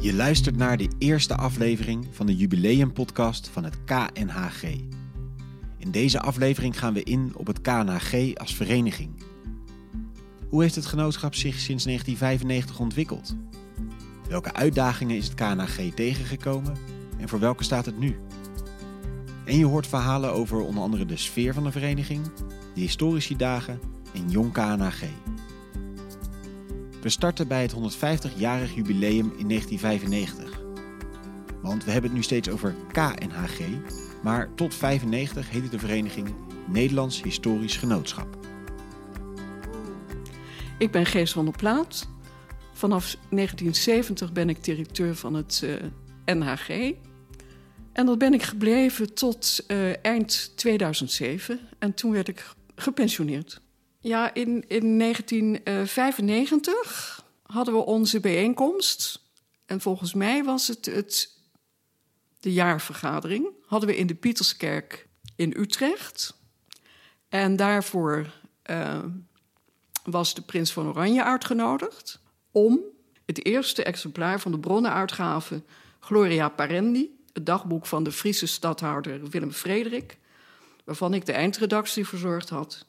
Je luistert naar de eerste aflevering van de jubileumpodcast van het KNHG. In deze aflevering gaan we in op het KNHG als vereniging. Hoe heeft het genootschap zich sinds 1995 ontwikkeld? Welke uitdagingen is het KNHG tegengekomen en voor welke staat het nu? En je hoort verhalen over onder andere de sfeer van de vereniging, de historische dagen en jong KNHG. We starten bij het 150-jarig jubileum in 1995. Want we hebben het nu steeds over KNHG, maar tot 1995 heette de vereniging Nederlands Historisch Genootschap. Ik ben Gees van der Plaat. Vanaf 1970 ben ik directeur van het NHG. En dat ben ik gebleven tot eind 2007. En toen werd ik gepensioneerd. Ja, in 1995 hadden we onze bijeenkomst. En volgens mij was het de jaarvergadering. Hadden we in de Pieterskerk in Utrecht. En daarvoor was de prins van Oranje uitgenodigd om het eerste exemplaar van de bronnenuitgave Gloria Parendi, het dagboek van de Friese stadhouder Willem Frederik, waarvan ik de eindredactie verzorgd had,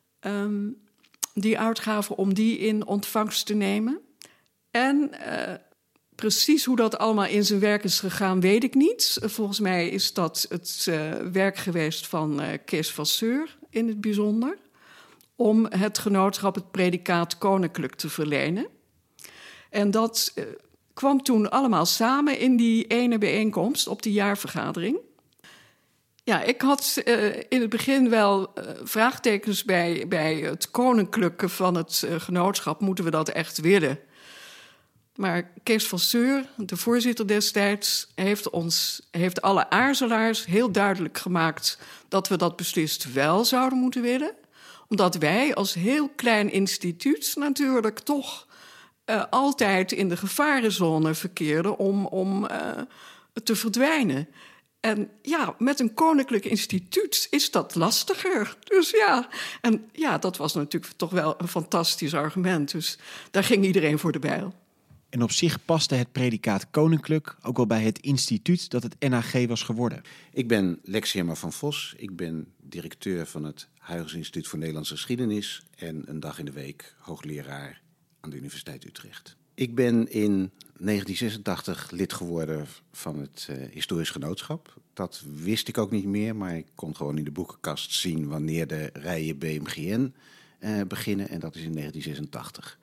die uitgave om die in ontvangst te nemen. En precies hoe dat allemaal in zijn werk is gegaan, weet ik niet. Volgens mij is dat het werk geweest van Kees Vasseur in het bijzonder, om het genootschap het predicaat koninklijk te verlenen. En dat kwam toen allemaal samen in die ene bijeenkomst op de jaarvergadering. Ja, ik had in het begin wel vraagtekens bij het koninklijke van het genootschap. Moeten we dat echt willen? Maar Kees Vasseur, de voorzitter destijds, heeft alle aarzelaars heel duidelijk gemaakt dat we dat beslist wel zouden moeten willen. Omdat wij als heel klein instituut natuurlijk toch altijd in de gevarenzone verkeerden om te verdwijnen. En ja, met een koninklijk instituut is dat lastiger. Dus ja, en ja, dat was natuurlijk toch wel een fantastisch argument. Dus daar ging iedereen voor de bijl. En op zich paste het predicaat koninklijk ook wel bij het instituut dat het NHG was geworden. Ik ben Lex Heerma van Vos. Ik ben directeur van het Huygens Instituut voor Nederlandse Geschiedenis en een dag in de week hoogleraar aan de Universiteit Utrecht. Ik ben in 1986 lid geworden van het Historisch Genootschap. Dat wist ik ook niet meer, maar ik kon gewoon in de boekenkast zien wanneer de rijen BMGN beginnen. En dat is in 1986.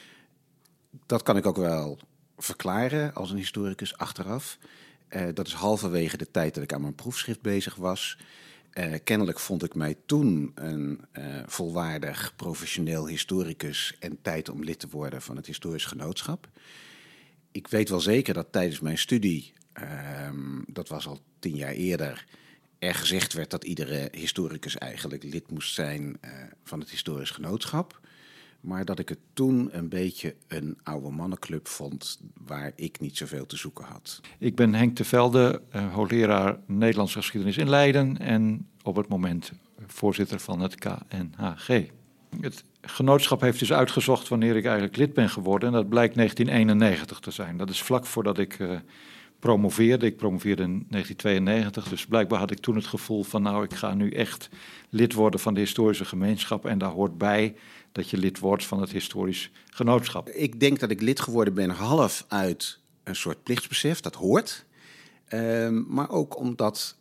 Dat kan ik ook wel verklaren als een historicus achteraf. Dat is halverwege de tijd dat ik aan mijn proefschrift bezig was. Kennelijk vond ik mij toen een volwaardig professioneel historicus en tijd om lid te worden van het Historisch Genootschap. Ik weet wel zeker dat tijdens mijn studie, dat was al 10 jaar eerder, er gezegd werd dat iedere historicus eigenlijk lid moest zijn van het Historisch Genootschap. Maar dat ik het toen een beetje een oude mannenclub vond waar ik niet zoveel te zoeken had. Ik ben Henk de Velde, hoogleraar Nederlandse geschiedenis in Leiden en op het moment voorzitter van het KNHG. Het genootschap heeft dus uitgezocht wanneer ik eigenlijk lid ben geworden en dat blijkt 1991 te zijn. Dat is vlak voordat ik promoveerde. Ik promoveerde in 1992, dus blijkbaar had ik toen het gevoel van ik ga nu echt lid worden van de historische gemeenschap en daar hoort bij dat je lid wordt van het historisch genootschap. Ik denk dat ik lid geworden ben half uit een soort plichtsbesef, dat hoort. Maar ook omdat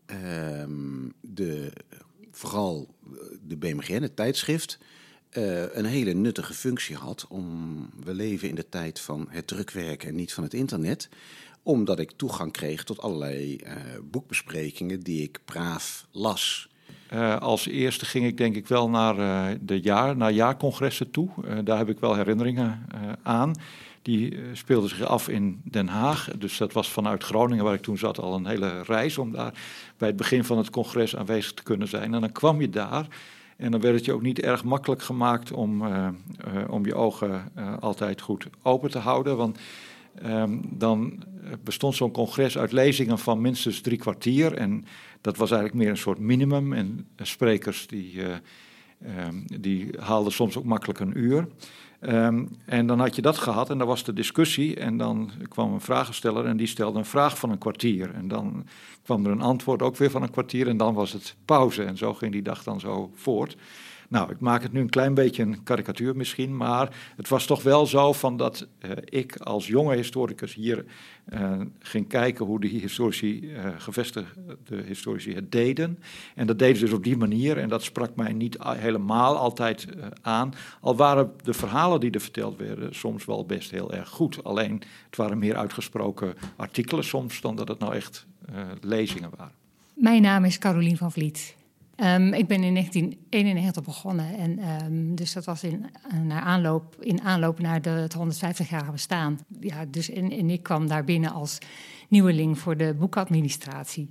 vooral de BMGN, het tijdschrift, een hele nuttige functie had. We leven in de tijd van het drukwerk en niet van het internet. Omdat ik toegang kreeg tot allerlei boekbesprekingen die ik braaf las. Als eerste ging ik denk ik wel naar jaarcongressen toe. Daar heb ik wel herinneringen aan. Die speelden zich af in Den Haag. Dus dat was vanuit Groningen, waar ik toen zat, al een hele reis om daar bij het begin van het congres aanwezig te kunnen zijn. En dan kwam je daar en dan werd het je ook niet erg makkelijk gemaakt om je ogen altijd goed open te houden. Want dan bestond zo'n congres uit lezingen van minstens 3 kwartier. En dat was eigenlijk meer een soort minimum. En sprekers die haalden soms ook makkelijk een uur. En dan had je dat gehad en dan was de discussie en dan kwam een vragensteller en die stelde een vraag van een kwartier. En dan kwam er een antwoord ook weer van een kwartier en dan was het pauze. En zo ging die dag dan zo voort. Nou, ik maak het nu een klein beetje een karikatuur misschien, maar het was toch wel zo van dat ik als jonge historicus hier ging kijken hoe de historici, gevestigde historici het deden. En dat deden ze dus op die manier en dat sprak mij niet helemaal altijd aan. Al waren de verhalen die er verteld werden soms wel best heel erg goed. Alleen het waren meer uitgesproken artikelen soms dan dat het nou echt lezingen waren. Mijn naam is Carolien van Vliet. Ik ben in 1991 begonnen en dus dat was in aanloop naar het 150-jarige bestaan. Ja, dus en ik kwam daar binnen als nieuweling voor de boekadministratie.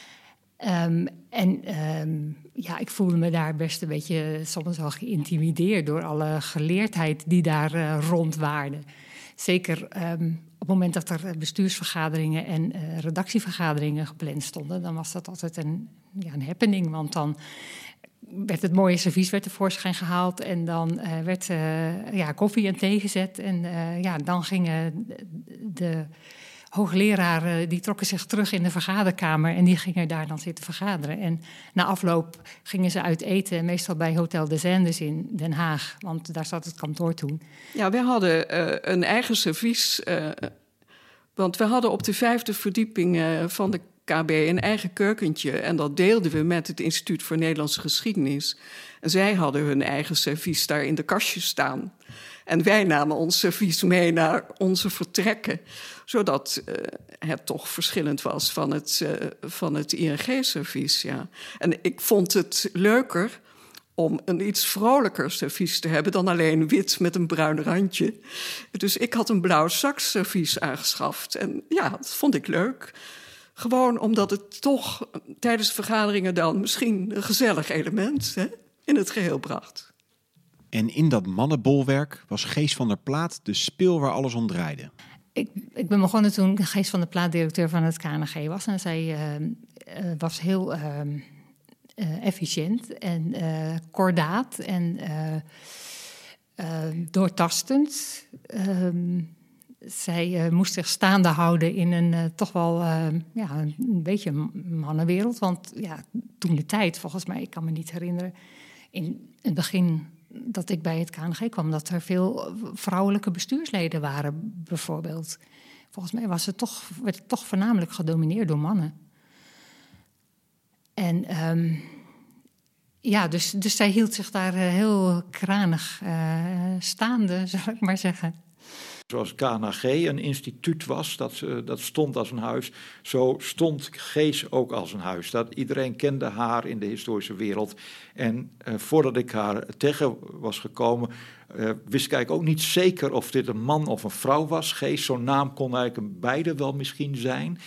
Ik voelde me daar best een beetje soms wel geïntimideerd door alle geleerdheid die daar rondwaarde. Zeker op het moment dat er bestuursvergaderingen en redactievergaderingen gepland stonden, dan was dat altijd een happening. Want dan werd het mooie servies tevoorschijn gehaald en dan werd koffie en thee gezet. En dan gingen de hoogleraren, die trokken zich terug in de vergaderkamer en die gingen daar dan zitten vergaderen. En na afloop gingen ze uit eten, meestal bij Hotel de Zendes in Den Haag, want daar zat het kantoor toen. Ja, wij hadden een eigen servies, want we hadden op de 5e verdieping van de KB een eigen keukentje en dat deelden we met het Instituut voor Nederlandse Geschiedenis. En zij hadden hun eigen servies daar in de kastjes staan. En wij namen ons servies mee naar onze vertrekken, zodat het toch verschillend was van het ING-servies. Ja. En ik vond het leuker om een iets vrolijker servies te hebben dan alleen wit met een bruin randje. Dus ik had een blauw zakservies aangeschaft. En ja, dat vond ik leuk. Gewoon omdat het toch tijdens de vergaderingen dan misschien een gezellig element in het geheel bracht. En in dat mannenbolwerk was Gees van der Plaat de spil waar alles om draaide. Ik ben begonnen toen Gees van der Plaat directeur van het KNG was. En zij was heel efficiënt en kordaat en doortastend. Zij moest zich staande houden in een toch wel een beetje mannenwereld. Want toen de tijd, volgens mij, ik kan me niet herinneren, in het begin dat ik bij het KNG kwam, dat er veel vrouwelijke bestuursleden waren, bijvoorbeeld. Volgens mij werd het toch voornamelijk gedomineerd door mannen. En dus zij hield zich daar heel kranig staande, zou ik maar zeggen. Zoals KNG een instituut was, dat stond als een huis, zo stond Gees ook als een huis. Dat iedereen kende haar in de historische wereld. En voordat ik haar tegen was gekomen, wist ik eigenlijk ook niet zeker of dit een man of een vrouw was. Gees, zo'n naam kon eigenlijk beide wel misschien zijn.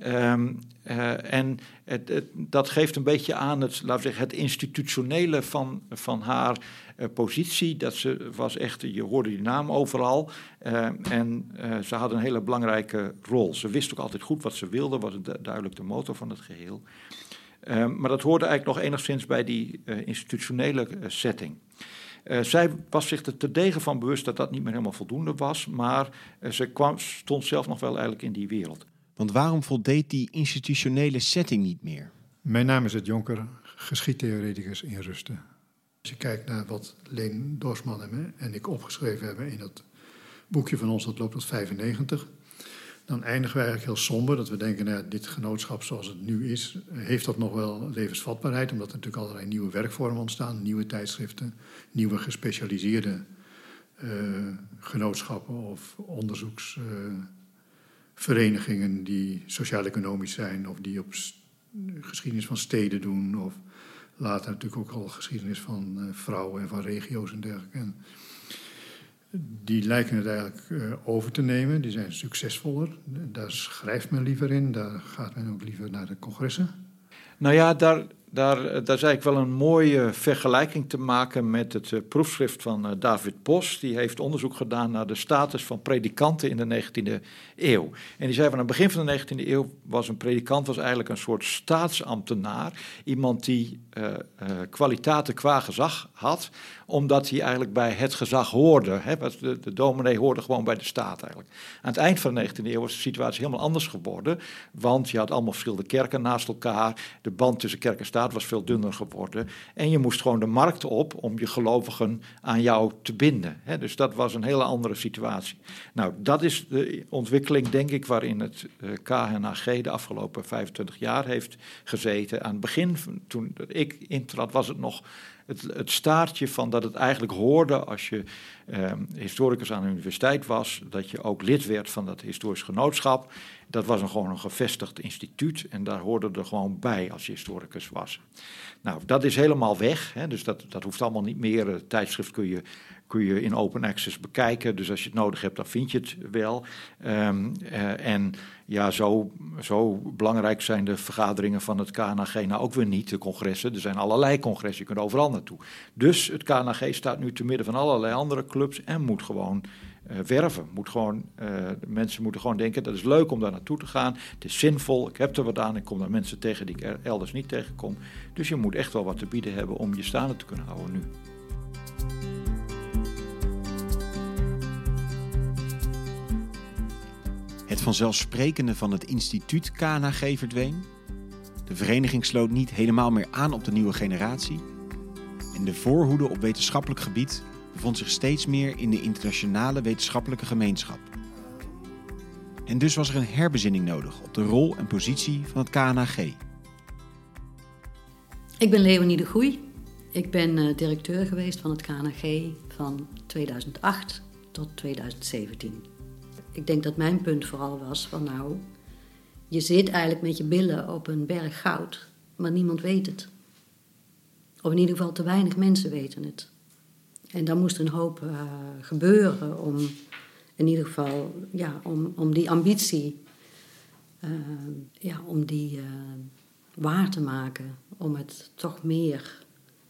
Dat geeft een beetje aan het institutionele van haar positie. Dat ze was echt, je hoorde die naam overal. Ze had een hele belangrijke rol. Ze wist ook altijd goed wat ze wilde, was duidelijk de motor van het geheel. Maar dat hoorde eigenlijk nog enigszins bij die institutionele setting. Zij was zich er terdege van bewust dat dat niet meer helemaal voldoende was, maar ze stond zelf nog wel eigenlijk in die wereld. Want waarom voldeed die institutionele setting niet meer? Mijn naam is Ed Jonker, geschiedtheoreticus in Rusten. Als je kijkt naar wat Leen Dorsman en ik opgeschreven hebben in dat boekje van ons, dat loopt tot 95... dan eindigen we eigenlijk heel somber, dat we denken, dit genootschap zoals het nu is, heeft dat nog wel levensvatbaarheid, omdat er natuurlijk allerlei nieuwe werkvormen ontstaan, nieuwe tijdschriften, nieuwe gespecialiseerde genootschappen of onderzoeksverenigingen die sociaal-economisch zijn of die op geschiedenis van steden doen of later natuurlijk ook al geschiedenis van vrouwen en van regio's en dergelijke. En die lijken het eigenlijk over te nemen. Die zijn succesvoller. Daar schrijft men liever in. Daar gaat men ook liever naar de congressen. Nou ja, Daar is eigenlijk wel een mooie vergelijking te maken met het proefschrift van David Bos. Die heeft onderzoek gedaan naar de status van predikanten in de 19e eeuw. En die zei van aan het begin van de 19e eeuw was een predikant eigenlijk een soort staatsambtenaar. Iemand die kwaliteiten qua gezag had, omdat hij eigenlijk bij het gezag hoorde. Hè? De dominee hoorde gewoon bij de staat eigenlijk. Aan het eind van de 19e eeuw was de situatie helemaal anders geworden. Want je had allemaal verschillende kerken naast elkaar. De band tussen kerk en staat was veel dunner geworden. En je moest gewoon de markt op om je gelovigen aan jou te binden. Hè? Dus dat was een hele andere situatie. Nou, dat is de ontwikkeling, denk ik, waarin het KNHG de afgelopen 25 jaar heeft gezeten. Aan het begin, toen ik intrad, was het nog het staartje van dat het eigenlijk hoorde als je historicus aan de universiteit was, dat je ook lid werd van dat historisch genootschap. Dat was gewoon een gevestigd instituut en daar hoorde er gewoon bij als je historicus was. Nou, dat is helemaal weg, hè, dus dat hoeft allemaal niet meer. Het tijdschrift kun je in open access bekijken, dus als je het nodig hebt, dan vind je het wel. En ja, zo belangrijk zijn de vergaderingen van het KNHG nou ook weer niet, de congressen. Er zijn allerlei congressen, je kunt overal naartoe. Dus het KNHG staat nu te midden van allerlei andere clubs en moet gewoon werven. Mensen moeten gewoon denken, dat is leuk om daar naartoe te gaan. Het is zinvol, ik heb er wat aan, ik kom daar mensen tegen die ik elders niet tegenkom. Dus je moet echt wel wat te bieden hebben om je staande te kunnen houden nu. Het vanzelfsprekende van het instituut KNHG verdween. De vereniging sloot niet helemaal meer aan op de nieuwe generatie. En de voorhoede op wetenschappelijk gebied bevond zich steeds meer in de internationale wetenschappelijke gemeenschap. En dus was er een herbezinning nodig op de rol en positie van het KNHG. Ik ben Leonie de Goey. Ik ben directeur geweest van het KNHG van 2008 tot 2017. Ik denk dat mijn punt vooral was van je zit eigenlijk met je billen op een berg goud, maar niemand weet het. Of in ieder geval te weinig mensen weten het. En dan moest er een hoop gebeuren om in ieder geval, om die ambitie, om die waar te maken. Om het toch meer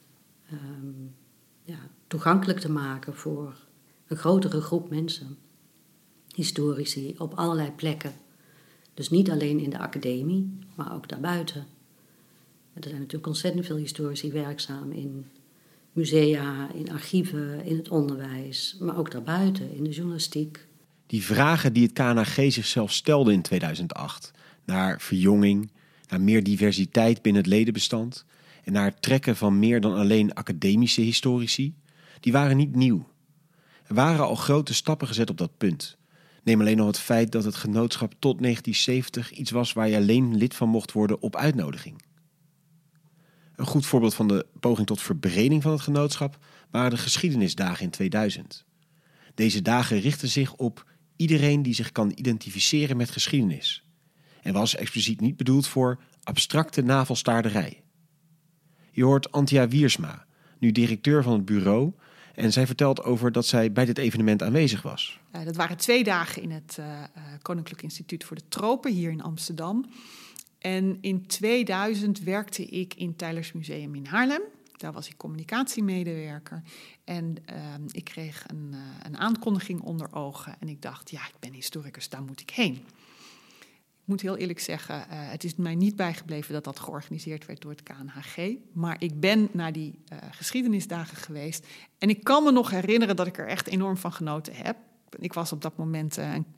toegankelijk te maken voor een grotere groep mensen. Historici op allerlei plekken. Dus niet alleen in de academie, maar ook daarbuiten. Er zijn natuurlijk ontzettend veel historici werkzaam in musea, in archieven, in het onderwijs, maar ook daarbuiten, in de journalistiek. Die vragen die het KNHG zichzelf stelde in 2008, naar verjonging, naar meer diversiteit binnen het ledenbestand en naar het trekken van meer dan alleen academische historici, die waren niet nieuw. Er waren al grote stappen gezet op dat punt. Neem alleen al het feit dat het genootschap tot 1970 iets was waar je alleen lid van mocht worden op uitnodiging. Een goed voorbeeld van de poging tot verbreding van het genootschap waren de geschiedenisdagen in 2000. Deze dagen richten zich op iedereen die zich kan identificeren met geschiedenis en was expliciet niet bedoeld voor abstracte navelstaarderij. Je hoort Antia Wiersma, nu directeur van het bureau, en zij vertelt over dat zij bij dit evenement aanwezig was. Dat waren 2 dagen in het Koninklijk Instituut voor de Tropen hier in Amsterdam. En in 2000 werkte ik in Teylers Museum in Haarlem. Daar was ik communicatiemedewerker. En ik kreeg een aankondiging onder ogen. En ik dacht, ik ben historicus, daar moet ik heen. Ik moet heel eerlijk zeggen, het is mij niet bijgebleven dat georganiseerd werd door het KNHG. Maar ik ben naar die geschiedenisdagen geweest. En ik kan me nog herinneren dat ik er echt enorm van genoten heb. Ik was op dat moment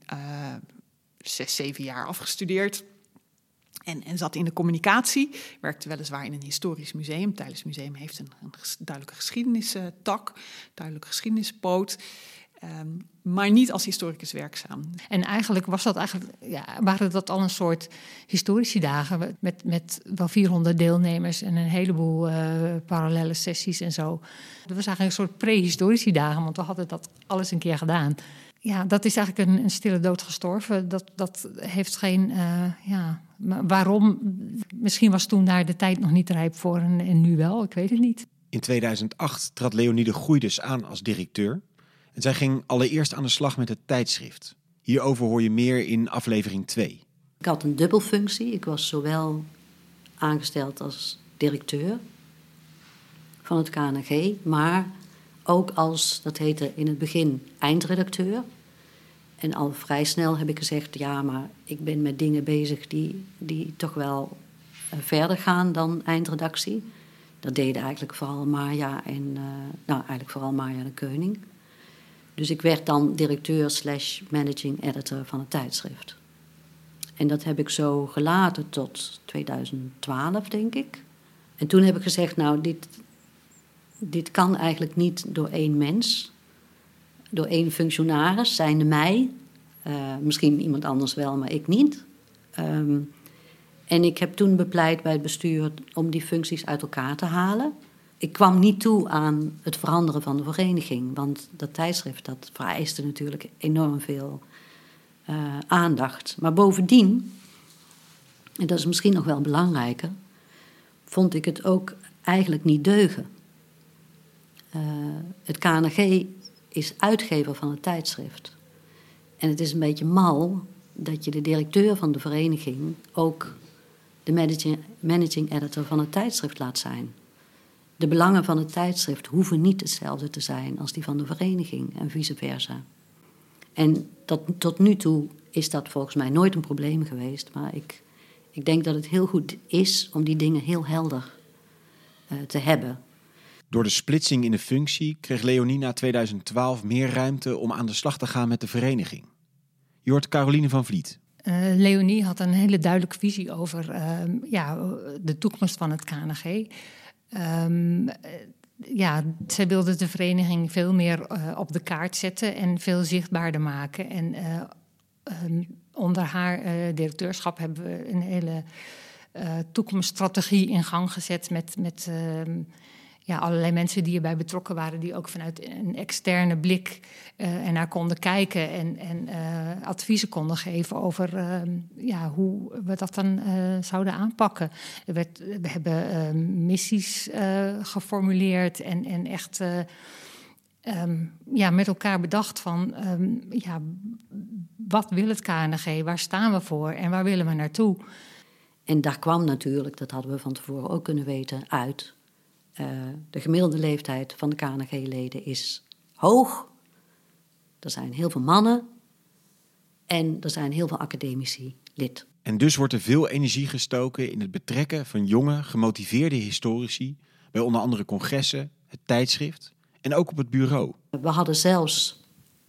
6, 7 jaar afgestudeerd. En zat in de communicatie. Werkte weliswaar in een historisch museum. Teylers Museum heeft een duidelijke geschiedenistak, duidelijke geschiedenispoot. Maar niet als historicus werkzaam. En eigenlijk waren dat al een soort historische dagen met wel 400 deelnemers en een heleboel parallele sessies en zo. Dat was eigenlijk een soort prehistorische dagen, want we hadden dat alles een keer gedaan. Ja, dat is eigenlijk een stille dood gestorven. Dat heeft geen... waarom? Misschien was toen daar de tijd nog niet rijp voor en nu wel, ik weet het niet. In 2008 trad Leonie de Goey dus aan als directeur. En zij ging allereerst aan de slag met het tijdschrift. Hierover hoor je meer in aflevering 2. Ik had een dubbelfunctie. Ik was zowel aangesteld als directeur van het KNG, maar ook als, dat heette in het begin, eindredacteur. En al vrij snel heb ik gezegd, ja, maar ik ben met dingen bezig die toch wel verder gaan dan eindredactie. Dat deden eigenlijk vooral Marja en Marja de Keuning. Dus ik werd dan directeur/managing editor van het tijdschrift. En dat heb ik zo gelaten tot 2012, denk ik. En toen heb ik gezegd, nou, dit kan eigenlijk niet door één mens, door één functionaris, zijnde mij. Misschien iemand anders wel, maar ik niet. En ik heb toen bepleit bij het bestuur om die functies uit elkaar te halen. Ik kwam niet toe aan het veranderen van de vereniging, want dat tijdschrift dat vereiste natuurlijk enorm veel aandacht. Maar bovendien, en dat is misschien nog wel belangrijker, vond ik het ook eigenlijk niet deugen. Het KNG is uitgever van het tijdschrift. En het is een beetje mal dat je de directeur van de vereniging ook de managing editor van het tijdschrift laat zijn. De belangen van het tijdschrift hoeven niet hetzelfde te zijn als die van de vereniging en vice versa. En tot nu toe is dat volgens mij nooit een probleem geweest. Maar ik denk dat het heel goed is om die dingen heel helder te hebben. Door de splitsing in de functie kreeg Leonie na 2012 meer ruimte om aan de slag te gaan met de vereniging. Je hoort Caroline van Vliet. Leonie had een hele duidelijke visie over de toekomst van het KNG. Zij wilde de vereniging veel meer op de kaart zetten en veel zichtbaarder maken. En onder haar directeurschap hebben we een hele toekomststrategie in gang gezet met allerlei mensen die erbij betrokken waren, die ook vanuit een externe blik ernaar konden kijken en adviezen konden geven over hoe we dat dan zouden aanpakken. We hebben missies geformuleerd en echt met elkaar bedacht van wat wil het KNG, waar staan we voor en waar willen we naartoe? En daar kwam natuurlijk, dat hadden we van tevoren ook kunnen weten, uit. De gemiddelde leeftijd van de KNG-leden is hoog. Er zijn heel veel mannen en er zijn heel veel academici lid. En dus wordt er veel energie gestoken in het betrekken van jonge, gemotiveerde historici bij onder andere congressen, het tijdschrift en ook op het bureau. We hadden zelfs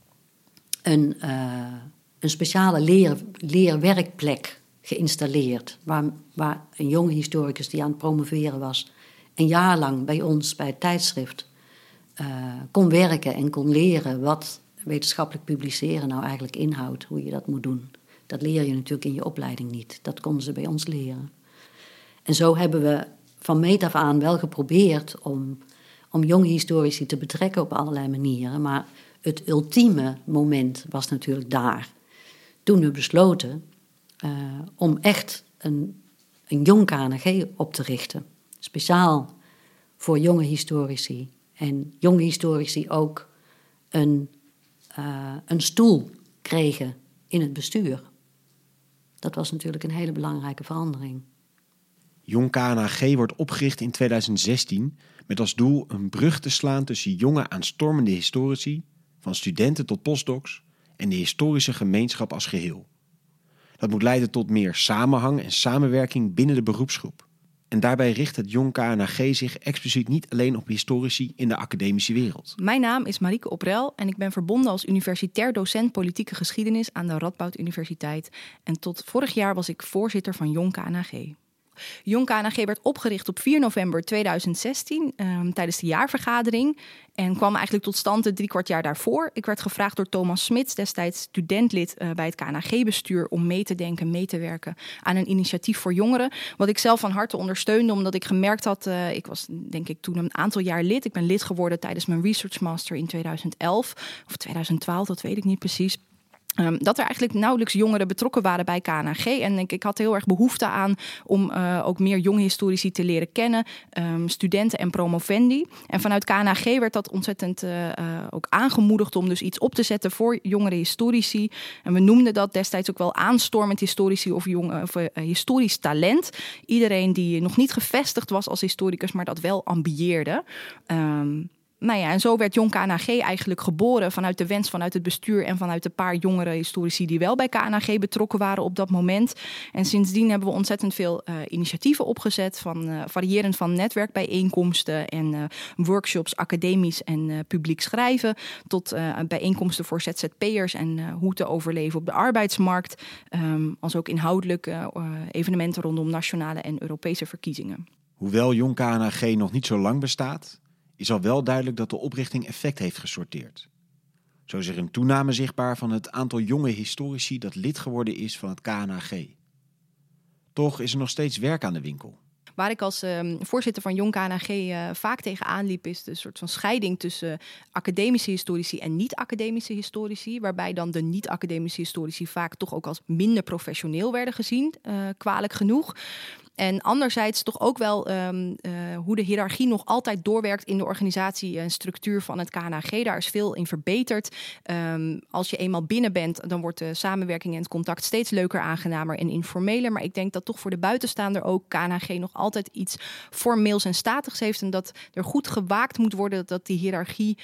een speciale leerwerkplek geïnstalleerd, waar een jonge historicus die aan het promoveren was een jaar lang bij ons, bij het tijdschrift, kon werken en kon leren wat wetenschappelijk publiceren nou eigenlijk inhoudt, hoe je dat moet doen. Dat leer je natuurlijk in je opleiding niet. Dat konden ze bij ons leren. En zo hebben we van meet af aan wel geprobeerd om jonge historici te betrekken op allerlei manieren. Maar het ultieme moment was natuurlijk daar. Toen we besloten om echt een jong KNG op te richten. Speciaal voor jonge historici. En jonge historici ook een stoel kregen in het bestuur. Dat was natuurlijk een hele belangrijke verandering. Jong KNG wordt opgericht in 2016 met als doel een brug te slaan tussen jonge aanstormende historici, van studenten tot postdocs, en de historische gemeenschap als geheel. Dat moet leiden tot meer samenhang en samenwerking binnen de beroepsgroep. En daarbij richt het Jong KNG zich expliciet niet alleen op historici in de academische wereld. Mijn naam is Marieke Oprel en ik ben verbonden als universitair docent politieke geschiedenis aan de Radboud Universiteit. En tot vorig jaar was ik voorzitter van Jong KNG. Jong KNG werd opgericht op 4 november 2016 tijdens de jaarvergadering en kwam eigenlijk tot stand 3/4 jaar daarvoor. Ik werd gevraagd door Thomas Smits, destijds studentlid bij het KNG-bestuur, om mee te denken, mee te werken aan een initiatief voor jongeren. Wat ik zelf van harte ondersteunde, omdat ik gemerkt had, ik was denk ik toen een aantal jaar lid. Ik ben lid geworden tijdens mijn Research Master in 2011 of 2012, dat weet ik niet precies. dat er eigenlijk nauwelijks jongeren betrokken waren bij KNHG. En ik had heel erg behoefte aan om ook meer jonge historici te leren kennen. Studenten en promovendi. En vanuit KNHG werd dat ontzettend ook aangemoedigd om dus iets op te zetten voor jongere historici. En we noemden dat destijds ook wel aanstormend historici of historisch talent. Iedereen die nog niet gevestigd was als historicus, maar dat wel ambieerde. En zo werd Jong KNHG eigenlijk geboren vanuit de wens vanuit het bestuur en vanuit een paar jongere historici die wel bij KNHG betrokken waren op dat moment. En sindsdien hebben we ontzettend veel initiatieven opgezet, variërend van netwerkbijeenkomsten en workshops academisch en publiek schrijven, tot bijeenkomsten voor ZZP'ers en hoe te overleven op de arbeidsmarkt, als ook inhoudelijk evenementen rondom nationale en Europese verkiezingen. Hoewel Jong KNHG nog niet zo lang bestaat, is al wel duidelijk dat de oprichting effect heeft gesorteerd. Zo is er een toename zichtbaar van het aantal jonge historici dat lid geworden is van het KNHG. Toch is er nog steeds werk aan de winkel. Waar ik als voorzitter van Jong KNHG vaak tegenaan liep, is de soort van scheiding tussen academische historici en niet-academische historici. Waarbij dan de niet-academische historici vaak toch ook als minder professioneel werden gezien, kwalijk genoeg. En anderzijds toch ook wel hoe de hiërarchie nog altijd doorwerkt in de organisatie en structuur van het KNHG. Daar is veel in verbeterd. Als je eenmaal binnen bent, dan wordt de samenwerking en het contact steeds leuker, aangenamer en informeler. Maar ik denk dat toch voor de buitenstaander ook KNHG nog altijd iets formeels en statigs heeft. En dat er goed gewaakt moet worden dat die hiërarchie,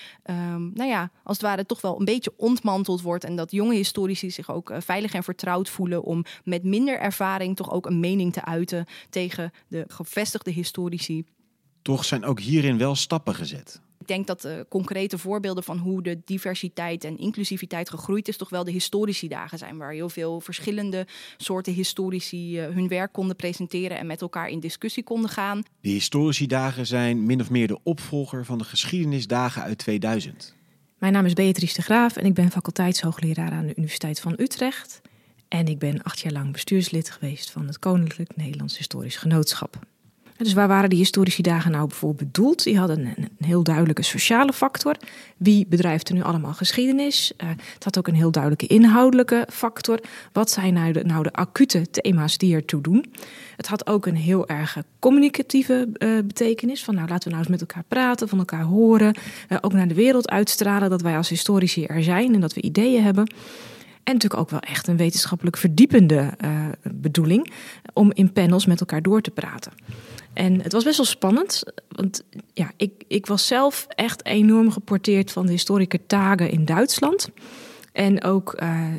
als het ware toch wel een beetje ontmanteld wordt. En dat jonge historici zich ook veilig en vertrouwd voelen om met minder ervaring toch ook een mening te uiten tegen de gevestigde historici. Toch zijn ook hierin wel stappen gezet. Ik denk dat concrete voorbeelden van hoe de diversiteit en inclusiviteit gegroeid is, toch wel de historici-dagen zijn, waar heel veel verschillende soorten historici hun werk konden presenteren en met elkaar in discussie konden gaan. De historici-dagen zijn min of meer de opvolger van de geschiedenisdagen uit 2000. Mijn naam is Beatrice de Graaf en ik ben faculteitshoogleraar aan de Universiteit van Utrecht. En ik ben 8 jaar lang bestuurslid geweest van het Koninklijk Nederlands Historisch Genootschap. Dus waar waren die historici dagen nou bijvoorbeeld bedoeld? Die hadden een heel duidelijke sociale factor. Wie bedrijft er nu allemaal geschiedenis? Het had ook een heel duidelijke inhoudelijke factor. Wat zijn nou de acute thema's die ertoe doen? Het had ook een heel erg communicatieve betekenis. Van laten we nou eens met elkaar praten, van elkaar horen. Ook naar de wereld uitstralen dat wij als historici er zijn en dat we ideeën hebben. En natuurlijk ook wel echt een wetenschappelijk verdiepende bedoeling om in panels met elkaar door te praten. En het was best wel spannend, want ik was zelf echt enorm geporteerd van de historiker Tage in Duitsland. En ook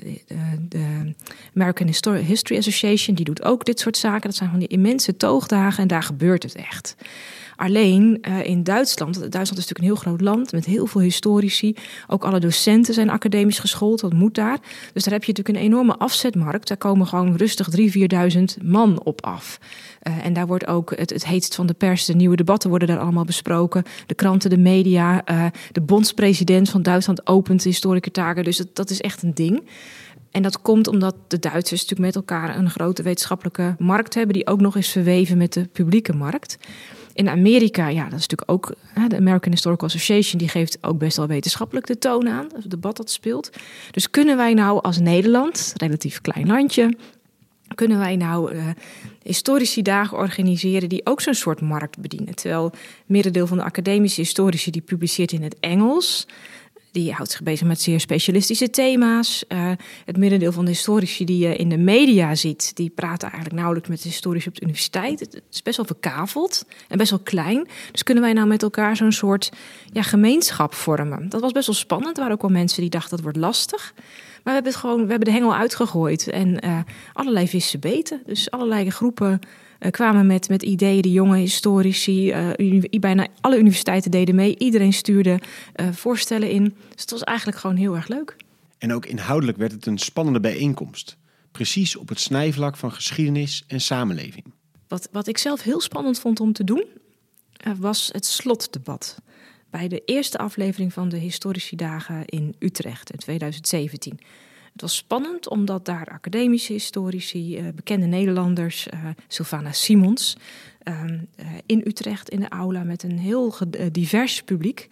de American History Association, die doet ook dit soort zaken. Dat zijn van die immense toogdagen en daar gebeurt het echt. Alleen in Duitsland is natuurlijk een heel groot land met heel veel historici. Ook alle docenten zijn academisch geschoold, dat moet daar. Dus daar heb je natuurlijk een enorme afzetmarkt. Daar komen gewoon rustig 3.000-4.000 man op af. En daar wordt ook het heetst van de pers, de nieuwe debatten worden daar allemaal besproken. De kranten, de media, de bondspresident van Duitsland opent historiker Tage. Dus dat is echt een ding. En dat komt omdat de Duitsers natuurlijk met elkaar een grote wetenschappelijke markt hebben, die ook nog eens verweven met de publieke markt. In Amerika, dat is natuurlijk ook de American Historical Association, die geeft ook best wel wetenschappelijk de toon aan, het debat dat speelt. Dus kunnen wij nou als Nederland, relatief klein landje, kunnen wij nou historici dagen organiseren die ook zo'n soort markt bedienen? Terwijl het merendeel van de academische historici die publiceert in het Engels. Die houdt zich bezig met zeer specialistische thema's. Het merendeel van de historici die je in de media ziet, die praten eigenlijk nauwelijks met de historici op de universiteit. Het is best wel verkaveld en best wel klein. Dus kunnen wij nou met elkaar zo'n soort gemeenschap vormen? Dat was best wel spannend. Er waren ook wel mensen die dachten dat wordt lastig. Maar we hebben de hengel uitgegooid en allerlei vissen beten. Dus allerlei groepen kwamen met ideeën, die jonge historici. Bijna alle universiteiten deden mee. Iedereen stuurde voorstellen in. Dus het was eigenlijk gewoon heel erg leuk. En ook inhoudelijk werd het een spannende bijeenkomst. Precies op het snijvlak van geschiedenis en samenleving. Wat ik zelf heel spannend vond om te doen, was het slotdebat. Bij de eerste aflevering van de Historici Dagen in Utrecht in 2017. Het was spannend omdat daar academische historici, bekende Nederlanders, Sylvana Simons, in Utrecht in de aula met een heel divers publiek.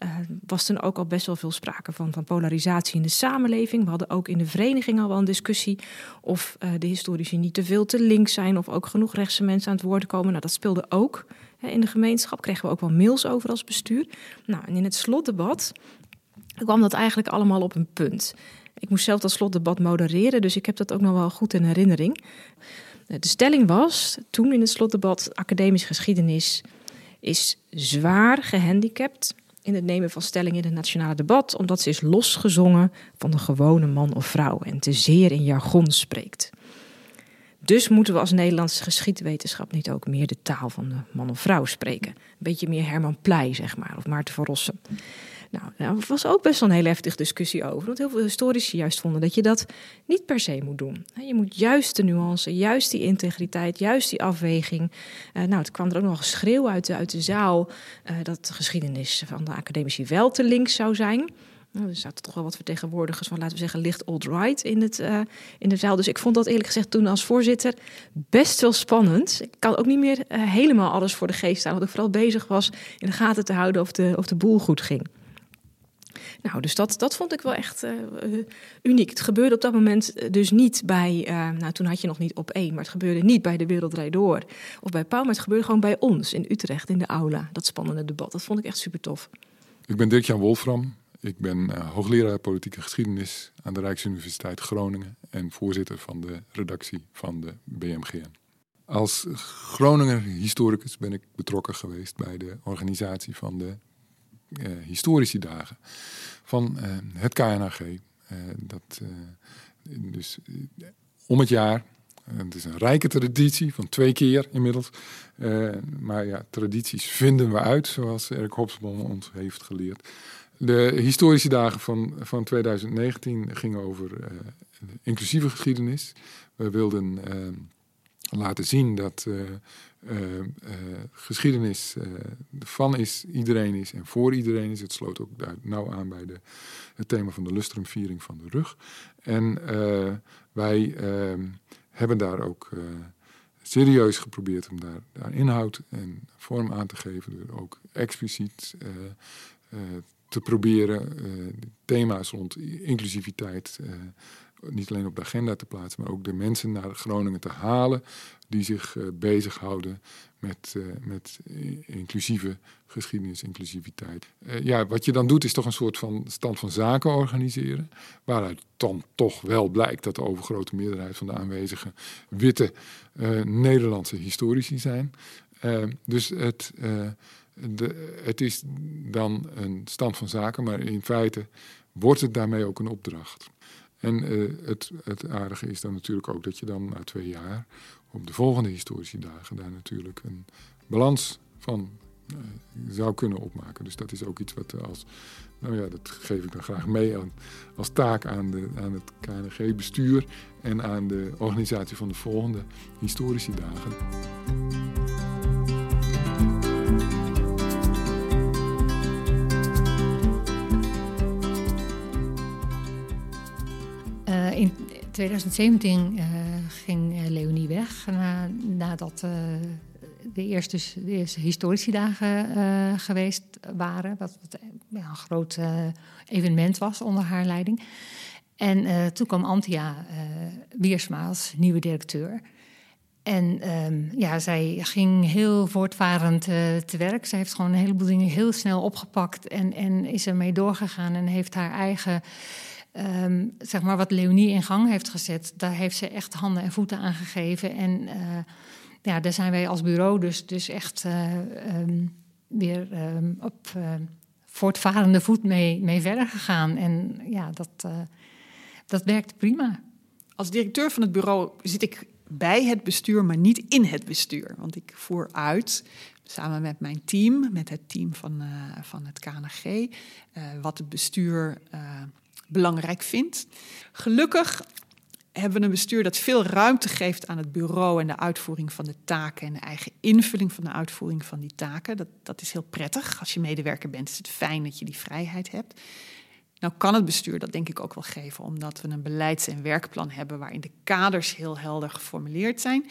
was toen ook al best wel veel sprake van polarisatie in de samenleving. We hadden ook in de vereniging al wel een discussie of de historici niet te veel te links zijn of ook genoeg rechtse mensen aan het woord komen. Nou, dat speelde ook in de gemeenschap. Kregen we ook wel mails over als bestuur. Nou, en in het slotdebat kwam dat eigenlijk allemaal op een punt. Ik moest zelf dat slotdebat modereren, dus ik heb dat ook nog wel goed in herinnering. De stelling was toen in het slotdebat: academische geschiedenis is zwaar gehandicapt in het nemen van stelling in het nationale debat, omdat ze is losgezongen van de gewone man of vrouw en te zeer in jargon spreekt. Dus moeten we als Nederlandse geschiedwetenschap niet ook meer de taal van de man of vrouw spreken. Een beetje meer Herman Pleij, zeg maar, of Maarten van Rossum. Nou, er was ook best wel een hele heftige discussie over. Want heel veel historici juist vonden dat je dat niet per se moet doen. Je moet juist de nuance, juist die integriteit, juist die afweging. Het kwam er ook nog geschreeuw uit de zaal dat de geschiedenis van de academici wel te links zou zijn. Er zaten toch wel wat vertegenwoordigers van, laten we zeggen, licht alt-right in de zaal. Dus ik vond dat eerlijk gezegd toen als voorzitter best wel spannend. Ik kan ook niet meer helemaal alles voor de geest staan, want ik vooral bezig was in de gaten te houden of de boel goed ging. Nou, dus dat vond ik wel echt uniek. Het gebeurde op dat moment dus niet bij, toen had je nog niet Op1, maar het gebeurde niet bij De Wereld Draait Door of bij Pauw, maar het gebeurde gewoon bij ons in Utrecht, in de aula. Dat spannende debat, dat vond ik echt super tof. Ik ben Dirk-Jan Wolfram. Ik ben hoogleraar politieke geschiedenis aan de Rijksuniversiteit Groningen en voorzitter van de redactie van de BMGN. Als Groninger historicus ben ik betrokken geweest bij de organisatie van de historici dagen van het KNHG. Dus om het jaar. Het is een rijke traditie van 2 keer inmiddels. Maar ja, tradities vinden we uit, zoals Erik Hobsbawm ons heeft geleerd. De historische dagen van 2019 gingen over inclusieve geschiedenis. We wilden laten zien dat geschiedenis van iedereen is en voor iedereen is. Het sloot ook nauw aan bij het thema van de lustrumviering van de rug. En wij hebben daar ook serieus geprobeerd om daar inhoud en vorm aan te geven. Door ook expliciet te proberen thema's rond inclusiviteit niet alleen op de agenda te plaatsen, maar ook de mensen naar Groningen te halen die zich bezighouden met inclusieve geschiedenis, inclusiviteit. Wat je dan doet is toch een soort van stand van zaken organiseren, waaruit dan toch wel blijkt dat de overgrote meerderheid van de aanwezige witte Nederlandse historici zijn. Dus het is dan een stand van zaken, maar in feite wordt het daarmee ook een opdracht. En het aardige is dan natuurlijk ook dat je dan na 2 jaar op de volgende historische dagen daar natuurlijk een balans van zou kunnen opmaken. Dus dat is ook iets wat dat geef ik dan graag mee als taak aan het KNG-bestuur en aan de organisatie van de volgende historische dagen. In 2017 ging Leonie weg nadat de eerste historische dagen geweest waren. Wat een groot evenement was onder haar leiding. En toen kwam Antia Wiersma als nieuwe directeur. En zij ging heel voortvarend te werk. Ze heeft gewoon een heleboel dingen heel snel opgepakt en is ermee doorgegaan en heeft haar eigen... wat Leonie in gang heeft gezet, daar heeft ze echt handen en voeten aan gegeven. En daar zijn wij als bureau dus echt weer op voortvarende voet mee verder gegaan. En dat werkte prima. Als directeur van het bureau zit ik bij het bestuur, maar niet in het bestuur. Want ik voer uit, samen met mijn team, met het team van het KNG, wat het bestuur belangrijk vindt. Gelukkig hebben we een bestuur dat veel ruimte geeft aan het bureau en de uitvoering van de taken en de eigen invulling van de uitvoering van die taken. Dat is heel prettig. Als je medewerker bent, is het fijn dat je die vrijheid hebt. Nou kan het bestuur dat denk ik ook wel geven, omdat we een beleids- en werkplan hebben waarin de kaders heel helder geformuleerd zijn.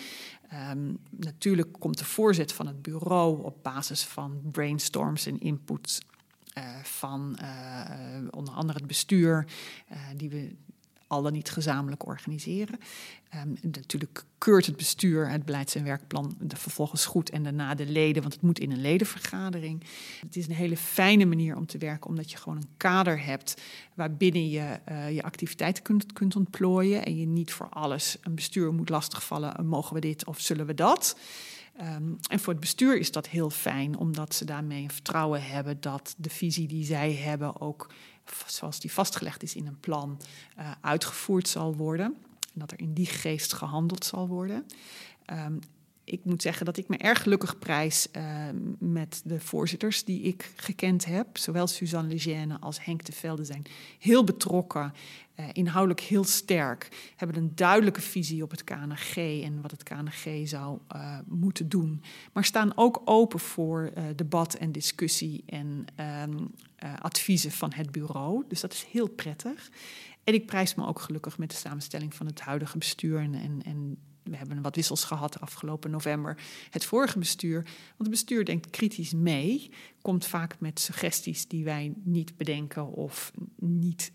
Natuurlijk komt de voorzet van het bureau op basis van brainstorms en input van onder andere het bestuur, die we al dan niet gezamenlijk organiseren. Natuurlijk keurt het bestuur het beleids- en werkplan vervolgens goed en daarna de leden, want het moet in een ledenvergadering. Het is een hele fijne manier om te werken, omdat je gewoon een kader hebt waarbinnen je je activiteiten kunt ontplooien en je niet voor alles een bestuur moet lastigvallen, mogen we dit of zullen we dat? En voor het bestuur is dat heel fijn, omdat ze daarmee een vertrouwen hebben dat de visie die zij hebben ook, zoals die vastgelegd is in een plan, uitgevoerd zal worden. En dat er in die geest gehandeld zal worden. Ik moet zeggen dat ik me erg gelukkig prijs met de voorzitters die ik gekend heb. Zowel Suzanne Lejeune als Henk de Velde zijn heel betrokken, inhoudelijk heel sterk. Hebben een duidelijke visie op het KNG en wat het KNG zou moeten doen. Maar staan ook open voor debat en discussie en adviezen van het bureau. Dus dat is heel prettig. En ik prijs me ook gelukkig met de samenstelling van het huidige bestuur en we hebben wat wissels gehad afgelopen november. Het vorige bestuur, want het bestuur denkt kritisch mee, komt vaak met suggesties die wij niet bedenken of niet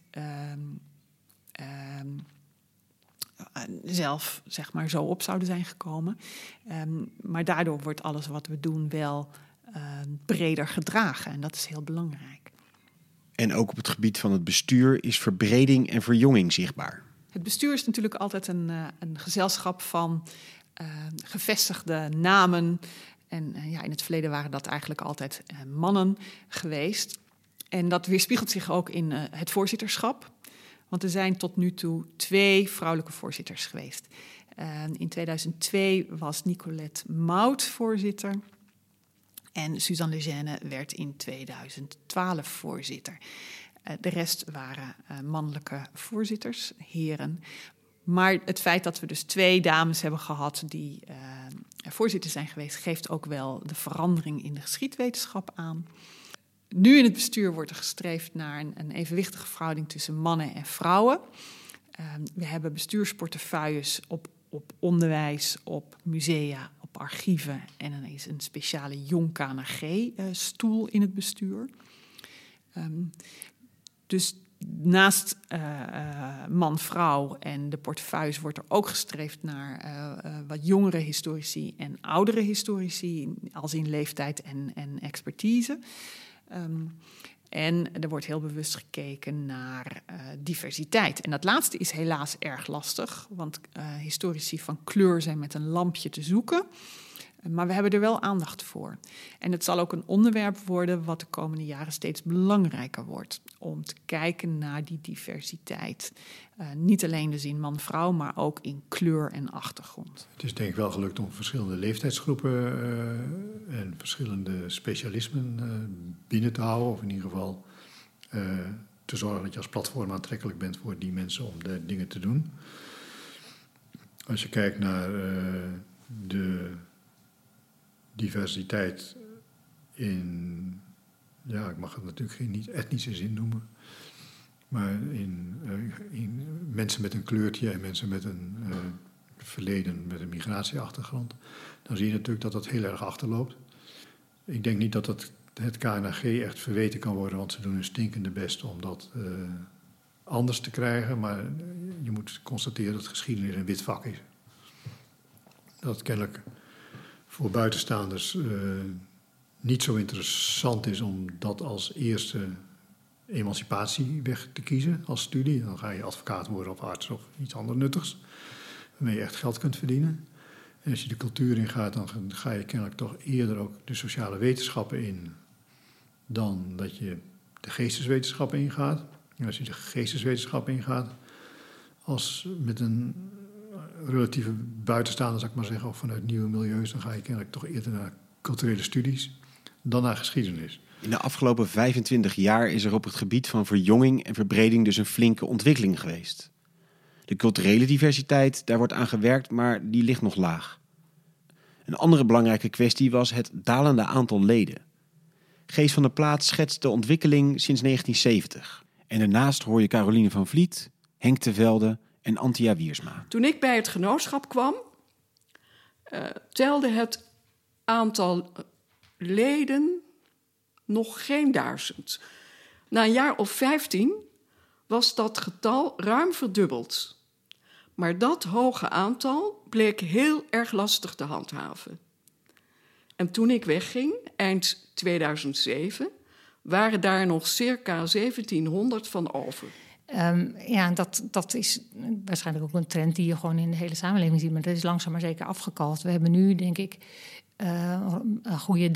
zelf zeg maar zo op zouden zijn gekomen. Maar daardoor wordt alles wat we doen wel breder gedragen en dat is heel belangrijk. En ook op het gebied van het bestuur is verbreding en verjonging zichtbaar. Het bestuur is natuurlijk altijd een gezelschap van gevestigde namen. En in het verleden waren dat eigenlijk altijd mannen geweest. En dat weerspiegelt zich ook in het voorzitterschap. Want er zijn tot nu toe 2 vrouwelijke voorzitters geweest. In 2002 was Nicolette Mout voorzitter. En Suzanne Lejeune werd in 2012 voorzitter. De rest waren mannelijke voorzitters, heren. Maar het feit dat we dus 2 dames hebben gehad die voorzitter zijn geweest, geeft ook wel de verandering in de geschiedwetenschap aan. Nu in het bestuur wordt er gestreefd naar een evenwichtige verhouding tussen mannen en vrouwen. We hebben bestuursportefeuilles op onderwijs, op musea, op archieven en er is een speciale Jong KNG-stoel in het bestuur. Dus naast man-vrouw en de portefeuilles wordt er ook gestreefd naar wat jongere historici en oudere historici, als in leeftijd en expertise. En er wordt heel bewust gekeken naar diversiteit. En dat laatste is helaas erg lastig, want historici van kleur zijn met een lampje te zoeken. Maar we hebben er wel aandacht voor. En het zal ook een onderwerp worden wat de komende jaren steeds belangrijker wordt. Om te kijken naar die diversiteit. Niet alleen dus in man-vrouw, maar ook in kleur en achtergrond. Het is denk ik wel gelukt om verschillende leeftijdsgroepen en verschillende specialismen binnen te houden. Of in ieder geval te zorgen dat je als platform aantrekkelijk bent voor die mensen om de dingen te doen. Als je kijkt naar de diversiteit in, ik mag het natuurlijk niet etnische zin noemen, maar in mensen met een kleurtje en mensen met een verleden met een migratieachtergrond, dan zie je natuurlijk dat dat heel erg achterloopt. Ik denk niet dat het KNG echt verweten kan worden, want ze doen hun stinkende best om dat anders te krijgen, maar je moet constateren dat geschiedenis een wit vak is. Dat het kennelijk voor buitenstaanders niet zo interessant is om dat als eerste emancipatieweg te kiezen als studie. Dan ga je advocaat worden of arts of iets anders nuttigs, waarmee je echt geld kunt verdienen. En als je de cultuur ingaat, dan ga je kennelijk toch eerder ook de sociale wetenschappen in dan dat je de geesteswetenschappen ingaat. En als je de geesteswetenschappen ingaat, als met een relatieve buitenstaander, zou ik maar zeggen, of vanuit nieuwe milieus, dan ga je kennelijk toch eerder naar culturele studies dan naar geschiedenis. In de afgelopen 25 jaar is er op het gebied van verjonging en verbreding dus een flinke ontwikkeling geweest. De culturele diversiteit, daar wordt aan gewerkt, maar die ligt nog laag. Een andere belangrijke kwestie was het dalende aantal leden. Gees van der Plaat schetst de ontwikkeling sinds 1970. En daarnaast hoor je Caroline van Vliet, Henk de Velde en Antia Wiersma. Toen ik bij het genootschap kwam, telde het aantal leden nog geen 1000. Na een jaar of 15 was dat getal ruim verdubbeld. Maar dat hoge aantal bleek heel erg lastig te handhaven. En toen ik wegging, eind 2007, waren daar nog circa 1700 van over. Dat is waarschijnlijk ook een trend die je gewoon in de hele samenleving ziet. Maar dat is langzaam maar zeker afgekalfd. We hebben nu, denk ik, een goede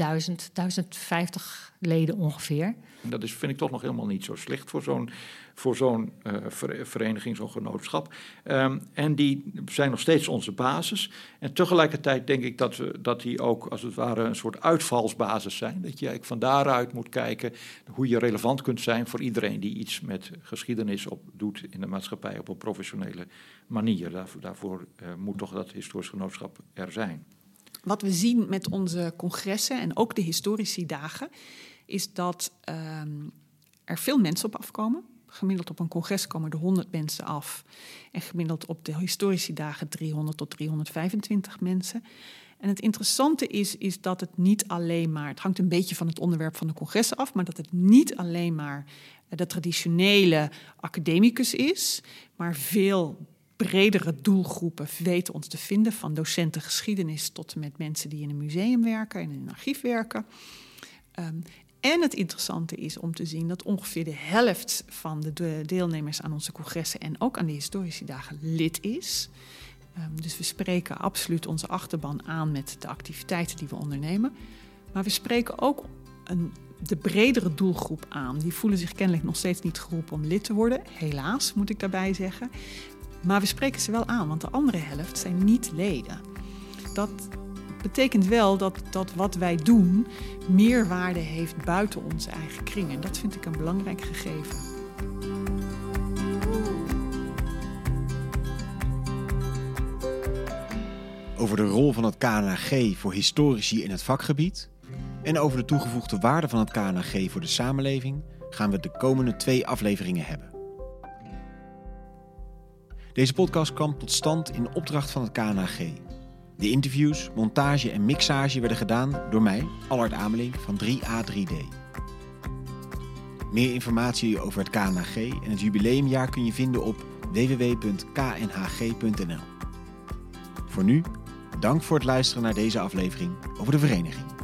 1050 leden ongeveer. Dat vind ik toch nog helemaal niet zo slecht voor zo'n vereniging, zo'n genootschap. En die zijn nog steeds onze basis. En tegelijkertijd denk ik dat die ook als het ware een soort uitvalsbasis zijn. Dat je eigenlijk van daaruit moet kijken hoe je relevant kunt zijn voor iedereen die iets met geschiedenis doet in de maatschappij op een professionele manier. Daarvoor moet toch dat historisch genootschap er zijn. Wat we zien met onze congressen en ook de historici dagen, is dat er veel mensen op afkomen. Gemiddeld op een congres komen er 100 mensen af. En gemiddeld op de historici dagen 300 tot 325 mensen. En het interessante is dat het niet alleen maar, het hangt een beetje van het onderwerp van de congressen af, maar dat het niet alleen maar de traditionele academicus is, maar veel bredere doelgroepen weten ons te vinden, van docenten geschiedenis tot en met mensen die in een museum werken en in een archief werken. En het interessante is om te zien dat ongeveer de helft van de deelnemers aan onze congressen en ook aan de historici dagen lid is. Dus we spreken absoluut onze achterban aan met de activiteiten die we ondernemen. Maar we spreken ook de bredere doelgroep aan. Die voelen zich kennelijk nog steeds niet geroepen om lid te worden. Helaas, moet ik daarbij zeggen. Maar we spreken ze wel aan, want de andere helft zijn niet leden. Dat betekent wel dat wat wij doen meerwaarde heeft buiten onze eigen kring. En dat vind ik een belangrijk gegeven. Over de rol van het KNHG voor historici in het vakgebied en over de toegevoegde waarde van het KNHG voor de samenleving gaan we de komende 2 afleveringen hebben. Deze podcast kwam tot stand in opdracht van het KNHG. De interviews, montage en mixage werden gedaan door mij, Allard Amelink van 3A3D. Meer informatie over het KNHG en het jubileumjaar kun je vinden op www.knhg.nl. Voor nu, dank voor het luisteren naar deze aflevering over de vereniging.